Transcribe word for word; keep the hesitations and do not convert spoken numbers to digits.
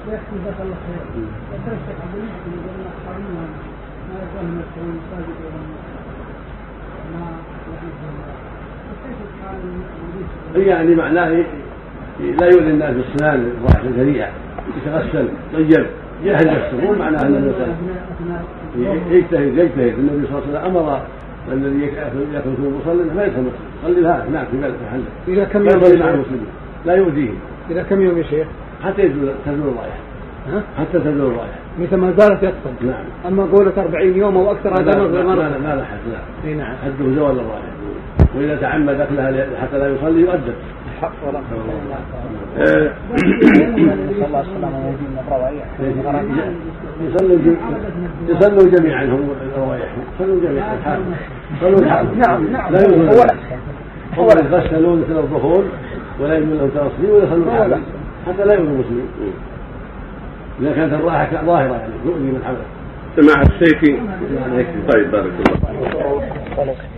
يكفي جزاك الله خير. يقول الشيخ عبد المحسن يقول لك حرمنا ما يقول من السوي الساجد ولا ما كيف الحال؟ يعني معناه لا يؤذي الناس بالسنان الراحة الجريئة، يتغسل طيب جاهز نفسه، مو معناه ان الانسان يجتهد يجتهد. النبي صلى الله عليه وسلم امر الذي ياكل في المصلى ما يدخل يصلي لها هناك في محله. اذا كم يوم مع المسلمين لا يؤذيه. اذا كم يوم يا شيخ؟ حتى يزول تزول الرائحه. ها؟ حتى تزول الرائحه. مثل ما زالت يقصد. نعم. اما قولة أربعين يوم او اكثر هذا ما لا ما لا حد. لا. نعم. حده زوال الرائحه. واذا تعمد اكلها حتى لا يصلي يؤدب. حق ولا يصلوا جميعا هم الروائح يصلوا جميعا يصلوا نعم نعم لا يغسلون هم يغسلون مثل الظهور ولا يجوز لهم تصلي ويصلون حتى لا يؤذوا المسلمين اذا كانت الراحه ظاهره يعني يؤذي من حوله. سماحة الشيخ طيب بارك الله.